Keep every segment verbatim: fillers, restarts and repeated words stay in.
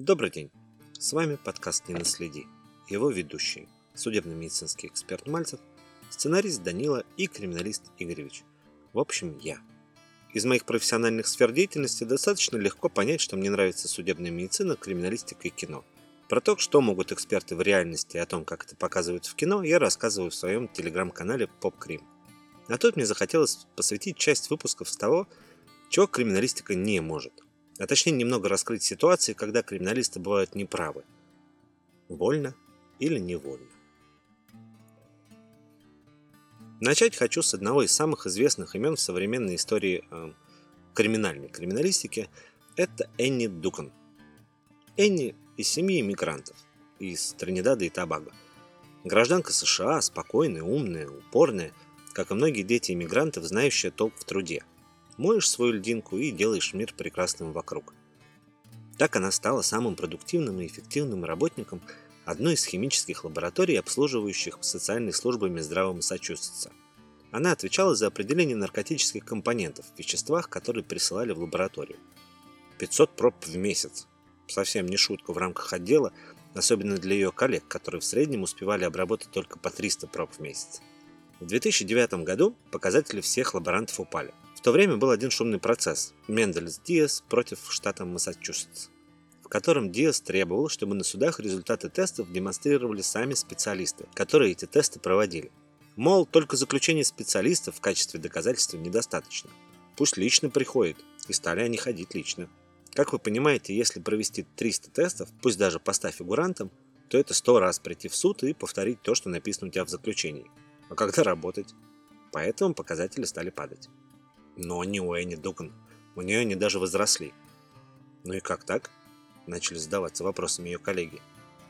Добрый день! С вами подкаст «Не наследи». Его ведущие – судебно-медицинский эксперт Мальцев, сценарист Данила и криминалист Игоревич. В общем, я. Из моих профессиональных сфер деятельности достаточно легко понять, что мне нравится судебная медицина, криминалистика и кино. Про то, что могут эксперты в реальности и о том, как это показывают в кино, я рассказываю в своем телеграм-канале PopCrim. А тут мне захотелось посвятить часть выпусков с того, чего криминалистика не может. А точнее немного раскрыть ситуации, когда криминалисты бывают неправы. Вольно или невольно. Начать хочу с одного из самых известных имен в современной истории э, криминальной криминалистики. Это Энни Дукан. Энни из семьи иммигрантов, из Тринидада и Тобаго. Гражданка США, спокойная, умная, упорная, как и многие дети иммигрантов, знающая толк в труде. Моешь свою льдинку и делаешь мир прекрасным вокруг. Так она стала самым продуктивным и эффективным работником одной из химических лабораторий, обслуживающих социальной службы Минздрава Массачусетса. Она отвечала за определение наркотических компонентов в веществах, которые присылали в лабораторию. пятьсот проб в месяц. Совсем не шутка в рамках отдела, особенно для ее коллег, которые в среднем успевали обработать только по триста проб в месяц. В две тысячи девятом году показатели всех лаборантов упали. В то время был один шумный процесс – Мендельс-Диас против штата Массачусетс, в котором Диас требовал, чтобы на судах результаты тестов демонстрировали сами специалисты, которые эти тесты проводили. Мол, только заключение специалистов в качестве доказательства недостаточно. Пусть лично приходит, и стали они ходить лично. Как вы понимаете, если провести триста тестов, пусть даже поста фигурантом, то это сто раз прийти в суд и повторить то, что написано у тебя в заключении. А когда работать? Поэтому показатели стали падать. Но не у Энни Дукан. У нее они даже возросли. Ну и как так? Начали задаваться вопросами ее коллеги.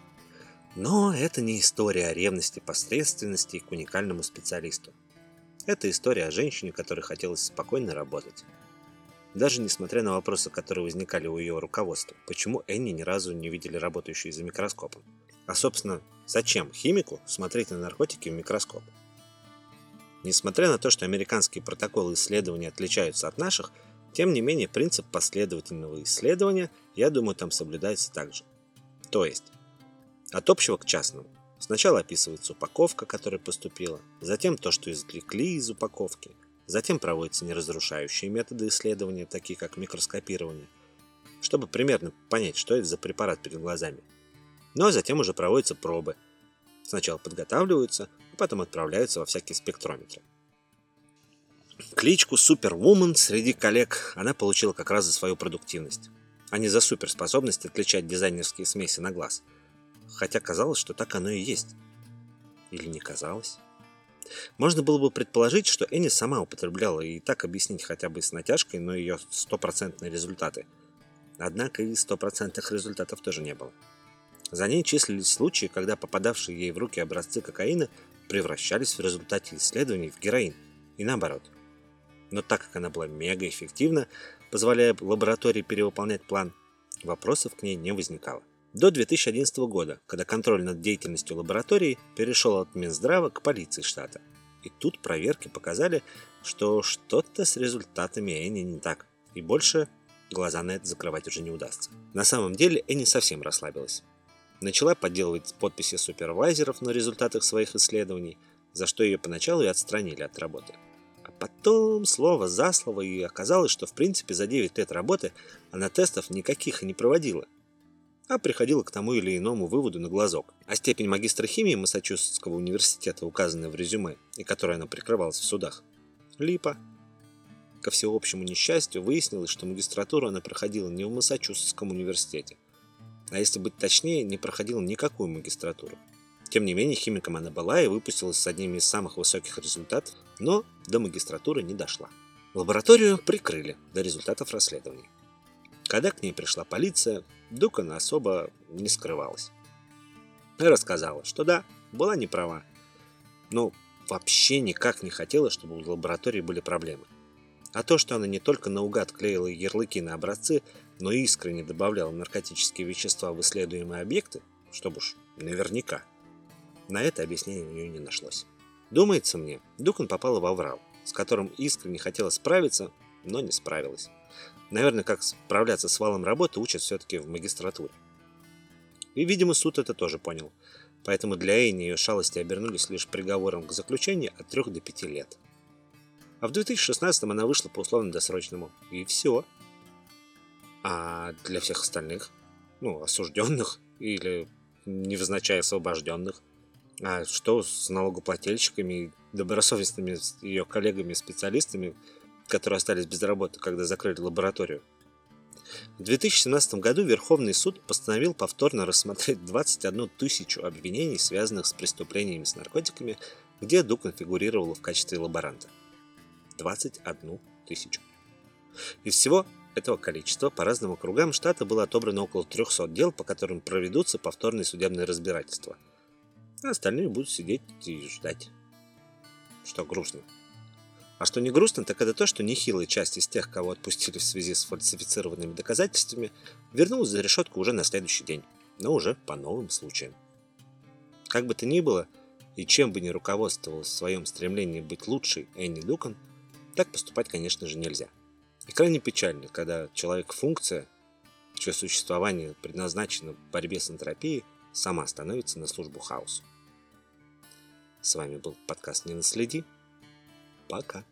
Но это не история о ревности, посредственности к уникальному специалисту. Это история о женщине, которой хотелось спокойно работать. Даже несмотря на вопросы, которые возникали у ее руководства, почему Энни ни разу не видели работающую за микроскопом? А собственно, зачем химику смотреть на наркотики в микроскоп? Несмотря на то, что американские протоколы исследования отличаются от наших, тем не менее принцип последовательного исследования, я думаю, там соблюдается также. То есть, от общего к частному. Сначала описывается упаковка, которая поступила, затем то, что извлекли из упаковки, затем проводятся неразрушающие методы исследования, такие как микроскопирование, чтобы примерно понять, что это за препарат перед глазами. Ну а затем уже проводятся пробы. Сначала подготавливаются, а потом отправляются во всякие спектрометры. Кличку Супервумен среди коллег она получила как раз за свою продуктивность, а не за суперспособность отличать дизайнерские смеси на глаз. Хотя казалось, что так оно и есть. Или не казалось? Можно было бы предположить, что Энни сама употребляла и так объяснить хотя бы с натяжкой, но ее стопроцентные результаты. Однако и стопроцентных результатов тоже не было. За ней числились случаи, когда попадавшие ей в руки образцы кокаина превращались в результате исследований в героин, и наоборот. Но так как она была мегаэффективна, позволяя лаборатории перевыполнять план, вопросов к ней не возникало. До две тысячи одиннадцатого года, когда контроль над деятельностью лаборатории перешел от Минздрава к полиции штата. И тут проверки показали, что что-то с результатами Энни не так, и больше глаза на это закрывать уже не удастся. На самом деле Энни совсем расслабилась. Начала подделывать подписи супервайзеров на результатах своих исследований, за что ее поначалу и отстранили от работы. А потом слово за слово, и оказалось, что в принципе за девять лет работы она тестов никаких и не проводила, а приходила к тому или иному выводу на глазок. А степень магистра химии Массачусетского университета, указанная в резюме, и которой она прикрывалась в судах, липа. Ко всеобщему несчастью выяснилось, что магистратуру она проходила не в Массачусетском университете, а если быть точнее, не проходила никакую магистратуру. Тем не менее, химиком она была и выпустилась с одними из самых высоких результатов, но до магистратуры не дошла. Лабораторию прикрыли до результатов расследований. Когда к ней пришла полиция, Дукан особо не скрывалась. И рассказала, что да, была не права, но вообще никак не хотела, чтобы в лаборатории были проблемы. А то, что она не только наугад клеила ярлыки на образцы, но и искренне добавляла наркотические вещества в исследуемые объекты, чтобы уж наверняка, на это объяснение у нее не нашлось. Думается мне, Дукан попала в аврал, с которым искренне хотела справиться, но не справилась. Наверное, как справляться с валом работы учат все-таки в магистратуре. И, видимо, суд это тоже понял. Поэтому для Энни ее шалости обернулись лишь приговором к заключению от трёх до пяти лет. А в две тысячи шестнадцатом она вышла по условно-досрочному. И все. А для всех остальных, ну, осужденных или невзначай освобожденных, а что с налогоплательщиками и добросовестными ее коллегами-специалистами, которые остались без работы, когда закрыли лабораторию? В две тысячи семнадцатом году Верховный суд постановил повторно рассмотреть двадцать одну тысячу обвинений, связанных с преступлениями с наркотиками, где Дукан фигурировала в качестве лаборанта. двадцать одну тысячу. Из всего этого количества по разным округам штата было отобрано около трехсот дел, по которым проведутся повторные судебные разбирательства. А остальные будут сидеть и ждать. Что грустно. А что не грустно, так это то, что нехилая часть из тех, кого отпустили в связи с фальсифицированными доказательствами, вернулась за решетку уже на следующий день, но уже по новым случаям. Как бы то ни было, и чем бы ни руководствовалась в своем стремлении быть лучшей Энни Дукан, так поступать, конечно же, нельзя. И крайне печально, когда человек-функция, чье существование предназначено в борьбе с энтропией, сама становится на службу хаосу. С вами был подкаст «Не наследи». Пока.